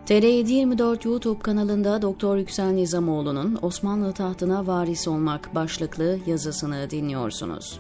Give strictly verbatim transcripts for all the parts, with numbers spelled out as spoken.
T R yedi yirmi dört YouTube kanalında Doktor Yüksel Nizamoğlu'nun Osmanlı tahtına varis olmak başlıklı yazısını dinliyorsunuz.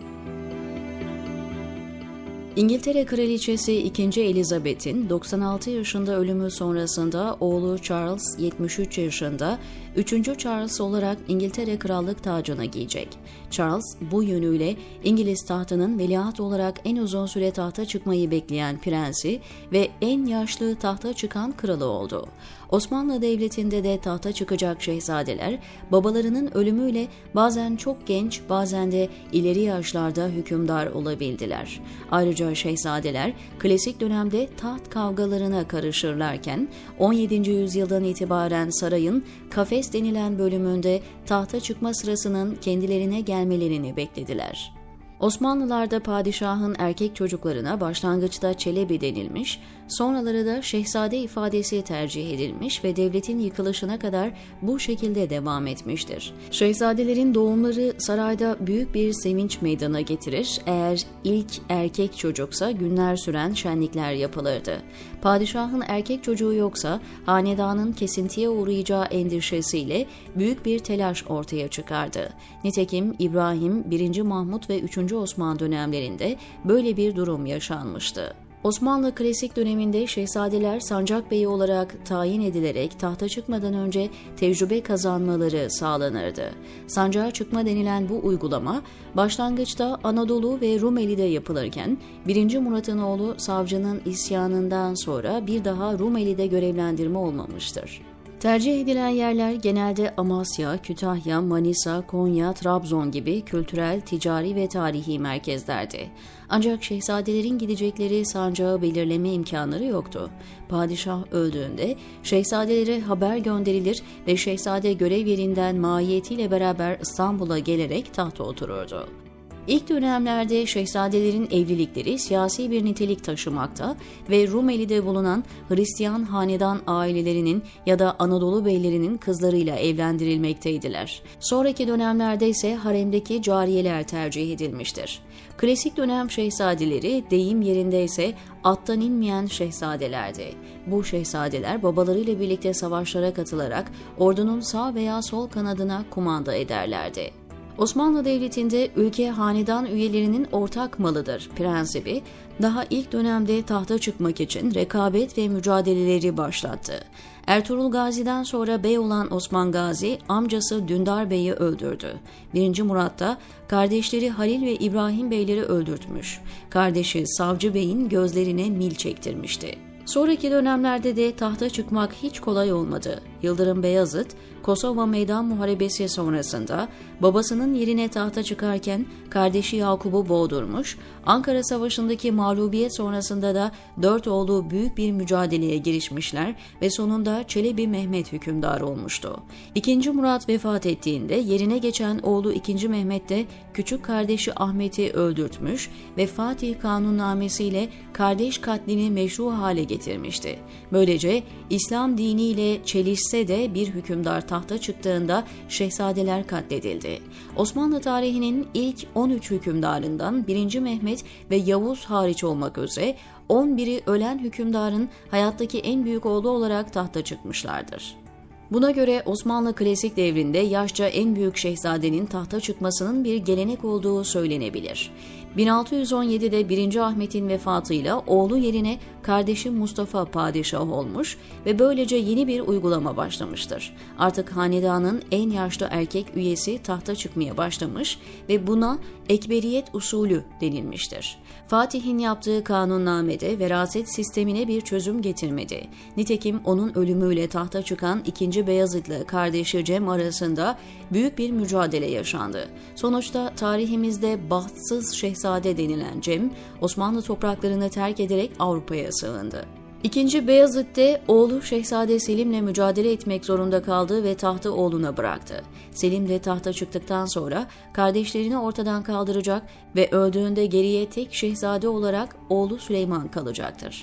İngiltere Kraliçesi ikinci. Elizabeth'in doksan altı yaşında ölümü sonrasında oğlu Charles yetmiş üç yaşında üçüncü. Charles olarak İngiltere krallık tacını giyecek. Charles bu yönüyle İngiliz tahtının veliaht olarak en uzun süre tahta çıkmayı bekleyen prensi ve en yaşlı tahta çıkan kralı oldu. Osmanlı Devleti'nde de tahta çıkacak şehzadeler babalarının ölümüyle bazen çok genç, bazen de ileri yaşlarda hükümdar olabildiler. Ayrıca şehzadeler klasik dönemde taht kavgalarına karışırlarken on yedinci yüzyıldan itibaren sarayın kafes denilen bölümünde tahta çıkma sırasının kendilerine gelmelerini beklediler. Osmanlılarda padişahın erkek çocuklarına başlangıçta çelebi denilmiş, sonraları da şehzade ifadesi tercih edilmiş ve devletin yıkılışına kadar bu şekilde devam etmiştir. Şehzadelerin doğumları sarayda büyük bir sevinç meydana getirir, eğer ilk erkek çocuksa günler süren şenlikler yapılırdı. Padişahın erkek çocuğu yoksa hanedanın kesintiye uğrayacağı endişesiyle büyük bir telaş ortaya çıkardı. Nitekim İbrahim, birinci. Mahmut ve üçüncü. Osman dönemlerinde böyle bir durum yaşanmıştı. Osmanlı klasik döneminde şehzadeler sancak beyi olarak tayin edilerek tahta çıkmadan önce tecrübe kazanmaları sağlanırdı. Sancağa çıkma denilen bu uygulama başlangıçta Anadolu ve Rumeli'de yapılırken birinci. Murat'ın oğlu savcının isyanından sonra bir daha Rumeli'de görevlendirme olmamıştır. Tercih edilen yerler genelde Amasya, Kütahya, Manisa, Konya, Trabzon gibi kültürel, ticari ve tarihi merkezlerdi. Ancak şehzadelerin gidecekleri sancağı belirleme imkanları yoktu. Padişah öldüğünde şehzadelere haber gönderilir ve şehzade görev yerinden mahiyetiyle beraber İstanbul'a gelerek tahta otururdu. İlk dönemlerde şehzadelerin evlilikleri siyasi bir nitelik taşımakta ve Rumeli'de bulunan Hristiyan hanedan ailelerinin ya da Anadolu beylerinin kızlarıyla evlendirilmekteydiler. Sonraki dönemlerde ise haremdeki cariyeler tercih edilmiştir. Klasik dönem şehzadeleri deyim yerinde ise attan inmeyen şehzadelerdi. Bu şehzadeler babalarıyla birlikte savaşlara katılarak ordunun sağ veya sol kanadına kumanda ederlerdi. Osmanlı Devleti'nde ülke hanedan üyelerinin ortak malıdır prensibi, daha ilk dönemde tahta çıkmak için rekabet ve mücadeleleri başlattı. Ertuğrul Gazi'den sonra bey olan Osman Gazi, amcası Dündar Bey'i öldürdü. birinci. Murat da kardeşleri Halil ve İbrahim Beyleri öldürtmüş. Kardeşi Savcı Bey'in gözlerine mil çektirmişti. Sonraki dönemlerde de tahta çıkmak hiç kolay olmadı. Yıldırım Beyazıt, Kosova Meydan Muharebesi sonrasında babasının yerine tahta çıkarken kardeşi Yakup'u boğdurmuş, Ankara Savaşı'ndaki mağlubiyet sonrasında da dört oğlu büyük bir mücadeleye girişmişler ve sonunda Çelebi Mehmet hükümdar olmuştu. İkinci. Murat vefat ettiğinde yerine geçen oğlu ikinci. Mehmet de küçük kardeşi Ahmet'i öldürtmüş ve Fatih Kanunnamesiyle kardeş katlini meşru hale getirmişti. Böylece İslam diniyle çelişse de bir hükümdar tahta çıktığında şehzadeler katledildi. Osmanlı tarihinin ilk on üç hükümdarından birinci. Mehmet ve Yavuz hariç olmak üzere on biri ölen hükümdarın hayattaki en büyük oğlu olarak tahta çıkmışlardır. Buna göre Osmanlı klasik devrinde yaşça en büyük şehzadenin tahta çıkmasının bir gelenek olduğu söylenebilir. bin altı yüz on yedide birinci. Ahmet'in vefatıyla oğlu yerine kardeşi Mustafa padişah olmuş ve böylece yeni bir uygulama başlamıştır. Artık hanedanın en yaşlı erkek üyesi tahta çıkmaya başlamış ve buna ekberiyet usulü denilmiştir. Fatih'in yaptığı kanunnamede veraset sistemine bir çözüm getirmedi. Nitekim onun ölümüyle tahta çıkan ikinci. Beyazıt'la kardeşi Cem arasında büyük bir mücadele yaşandı. Sonuçta tarihimizde bahtsız şehzade denilen Cem, Osmanlı topraklarını terk ederek Avrupa'ya sığındı. İkinci. Beyazıt de oğlu Şehzade Selim'le mücadele etmek zorunda kaldı ve tahtı oğluna bıraktı. Selim de tahta çıktıktan sonra kardeşlerini ortadan kaldıracak ve öldüğünde geriye tek şehzade olarak oğlu Süleyman kalacaktır.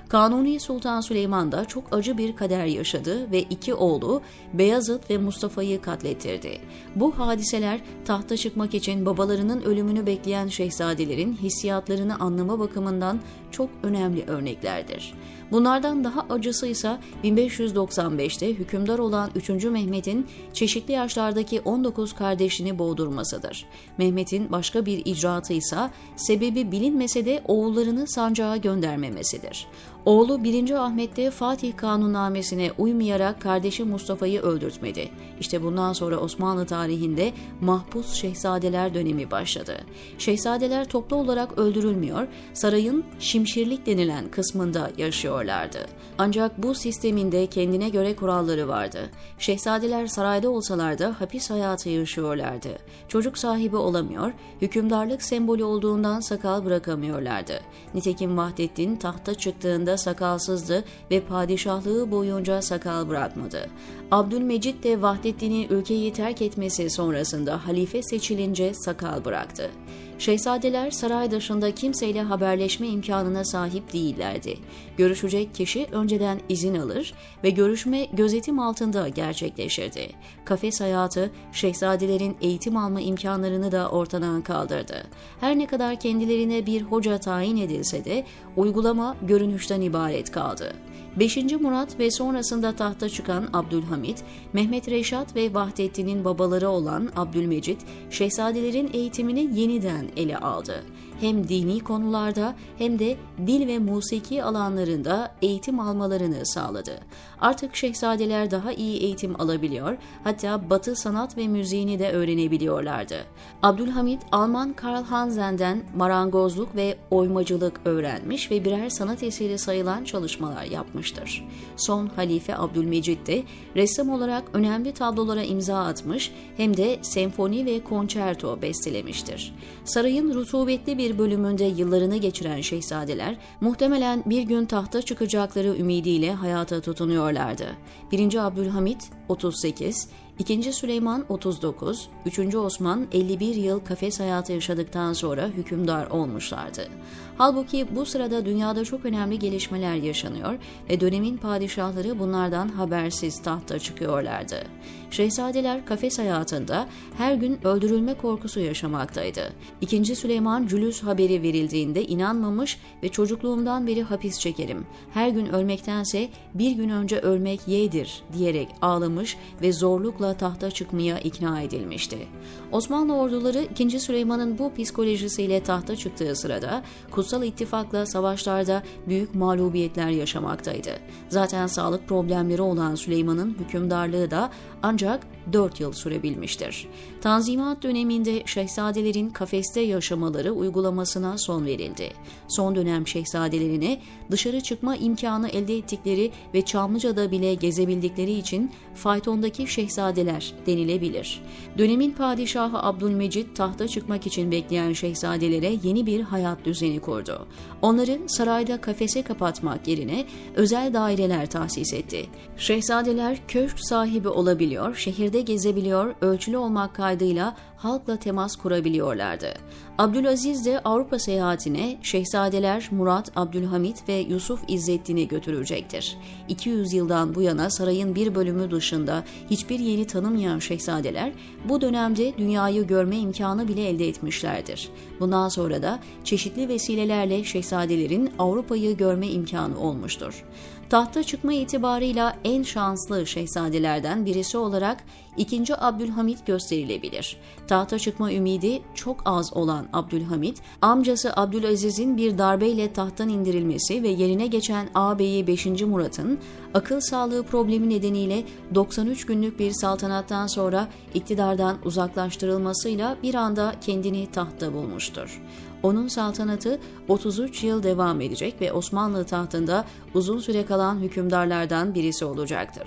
Kanuni Sultan Süleyman da çok acı bir kader yaşadı ve iki oğlu Beyazıt ve Mustafa'yı katlettirdi. Bu hadiseler tahta çıkmak için babalarının ölümünü bekleyen şehzadelerin hissiyatlarını anlama bakımından çok önemli örneklerdir. Bunlardan daha acısı ise bin beş yüz doksan beşte hükümdar olan üçüncü Mehmet'in çeşitli yaşlardaki on dokuz kardeşini boğdurmasıdır. Mehmet'in başka bir icraatı ise sebebi bilinmese de oğullarını sancağa göndermemesidir. Oğlu birinci Ahmet'te Fatih Kanunnamesi'ne uymayarak kardeşi Mustafa'yı öldürtmedi. İşte bundan sonra Osmanlı tarihinde mahpus şehzadeler dönemi başladı. Şehzadeler toplu olarak öldürülmüyor, sarayın şimşirlik denilen kısmında yaşıyorlardı. Ancak bu sisteminde kendine göre kuralları vardı. Şehzadeler sarayda olsalar da hapis hayatı yaşıyorlardı. Çocuk sahibi olamıyor, hükümdarlık sembolü olduğundan sakal bırakamıyorlardı. Nitekim Vahdettin tahta çıktığında sakalsızdı ve padişahlığı boyunca sakal bırakmadı. Abdülmecit de Vahdettin'i ülkeyi terk etmesi sonrasında halife seçilince sakal bıraktı. Şehzadeler saray dışında kimseyle haberleşme imkanına sahip değillerdi. Görüşecek kişi önceden izin alır ve görüşme gözetim altında gerçekleşirdi. Kafes hayatı şehzadelerin eğitim alma imkanlarını da ortadan kaldırdı. Her ne kadar kendilerine bir hoca tayin edilse de uygulama görünüşten ibaret kaldı. beşinci Murat ve sonrasında tahta çıkan Abdülhamit, Mehmet Reşat ve Vahdettin'in babaları olan Abdülmecit, şehzadelerin eğitimini yeniden ele aldı. Hem dini konularda hem de dil ve musiki alanlarında eğitim almalarını sağladı. Artık şehzadeler daha iyi eğitim alabiliyor, hatta Batı sanat ve müziğini de öğrenebiliyorlardı. Abdülhamit, Alman Karl Hansen'den marangozluk ve oymacılık öğrenmiş ve birer sanat eseri sayılan çalışmalar yapmıştır. Son halife Abdülmecit de ressam olarak önemli tablolara imza atmış, hem de senfoni ve konçerto bestelemiştir. Sarayın rutubetli bir bölümünde yıllarını geçiren şehzadeler muhtemelen bir gün tahta çıkacakları ümidiyle hayata tutunuyorlardı. birinci Abdülhamit otuz sekiz, ikinci Süleyman otuz dokuz, üçüncü Osman elli bir yıl kafes hayatı yaşadıktan sonra hükümdar olmuşlardı. Halbuki bu sırada dünyada çok önemli gelişmeler yaşanıyor ve dönemin padişahları bunlardan habersiz tahta çıkıyorlardı. Şehzadeler kafes hayatında her gün öldürülme korkusu yaşamaktaydı. ikinci Süleyman cülüs haberi verildiğinde inanmamış ve çocukluğumdan beri hapis çekerim, her gün ölmektense bir gün önce ölmek yeğdir diyerek ağlamış ve zorlukla tahta çıkmaya ikna edilmişti. Osmanlı orduları ikinci Süleyman'ın bu psikolojisiyle tahta çıktığı sırada Kutsal İttifak'la savaşlarda büyük mağlubiyetler yaşamaktaydı. Zaten sağlık problemleri olan Süleyman'ın hükümdarlığı da ancak dört yıl sürebilmiştir. Tanzimat döneminde şehzadelerin kafeste yaşamaları uygulamasına son verildi. Son dönem şehzadelerine dışarı çıkma imkanı elde ettikleri ve Çamlıca'da bile gezebildikleri için faytondaki şehzadeler denilebilir. Dönemin padişahı Abdülmecit tahta çıkmak için bekleyen şehzadelere yeni bir hayat düzeni kurdu. Onları sarayda kafese kapatmak yerine özel daireler tahsis etti. Şehzadeler köşk sahibi olabiliyor, şehirde gezebiliyor, ölçülü olmak kaydıyla halkla temas kurabiliyorlardı. Abdülaziz de Avrupa seyahatine şehzadeler Murat, Abdülhamit ve Yusuf İzzettin'i götürecektir. iki yüz yıldan bu yana sarayın bir bölümü dışında hiçbir yeri tanımayan şehzadeler bu dönemde dünyayı görme imkanı bile elde etmişlerdir. Bundan sonra da çeşitli vesilelerle şehzadelerin Avrupa'yı görme imkanı olmuştur. Tahta çıkma itibarıyla en şanslı şehzadelerden birisi olarak ikinci Abdülhamit gösterilebilir. Tahta çıkma ümidi çok az olan Abdülhamit, amcası Abdülaziz'in bir darbeyle tahttan indirilmesi ve yerine geçen ağabeyi beşinci Murat'ın akıl sağlığı problemi nedeniyle doksan üç günlük bir saltanattan sonra iktidardan uzaklaştırılmasıyla bir anda kendini tahtta bulmuştur. Onun saltanatı otuz üç yıl devam edecek ve Osmanlı tahtında uzun süre kalan hükümdarlardan birisi olacaktır.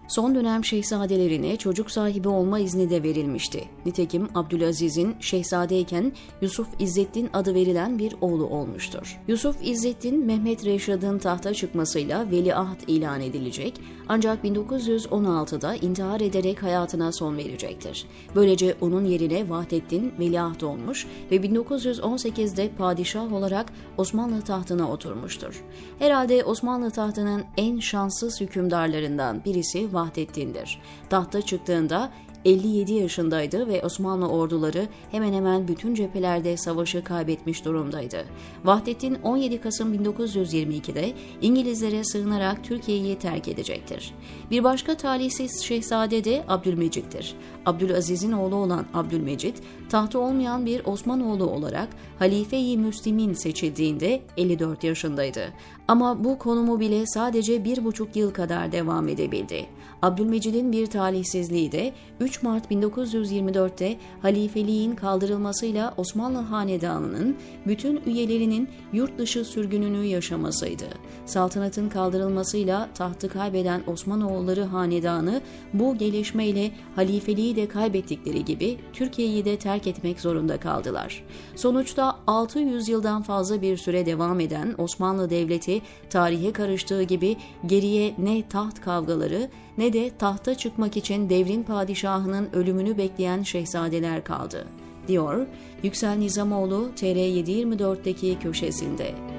Son dönem şehzadelerine çocuk sahibi olma izni de verilmişti. Nitekim Abdülaziz'in şehzadeyken Yusuf İzzettin adı verilen bir oğlu olmuştur. Yusuf İzzettin, Mehmet Reşad'ın tahta çıkmasıyla veliaht ilan edilecek, ancak bin dokuz yüz on altıda intihar ederek hayatına son verecektir. Böylece onun yerine Vahdettin veliaht olmuş ve bin dokuz yüz on sekizde padişah olarak Osmanlı tahtına oturmuştur. Herhalde Osmanlı tahtının en şanssız hükümdarlarından birisi Vahdettin'dir. Tahta çıktığında elli yedi yaşındaydı ve Osmanlı orduları hemen hemen bütün cephelerde savaşı kaybetmiş durumdaydı. Vahdettin on yedi Kasım bin dokuz yüz yirmi ikide İngilizlere sığınarak Türkiye'yi terk edecektir. Bir başka talihsiz şehzade de Abdülmecit'tir. Abdülaziz'in oğlu olan Abdülmecit, tahtı olmayan bir Osmanoğlu olarak Halife-i Müslim'in seçildiğinde elli dört yaşındaydı. Ama bu konumu bile sadece bir buçuk yıl kadar devam edebildi. Abdülmecid'in bir talihsizliği de üç Mart bin dokuz yüz yirmi dörtte halifeliğin kaldırılmasıyla Osmanlı Hanedanı'nın bütün üyelerinin yurt dışı sürgününü yaşamasıydı. Saltanatın kaldırılmasıyla tahtı kaybeden Osmanoğulları Hanedanı bu gelişmeyle halifeliği de kaybettikleri gibi Türkiye'yi de terk etmek zorunda kaldılar. Sonuçta altı yüz yıldan fazla bir süre devam eden Osmanlı Devleti tarihe karıştığı gibi geriye ne taht kavgaları ne de tahta çıkmak için devrin padişahının ölümünü bekleyen şehzadeler kaldı, diyor Yüksel Nizamoğlu T R yedi yirmi dörtteki köşesinde.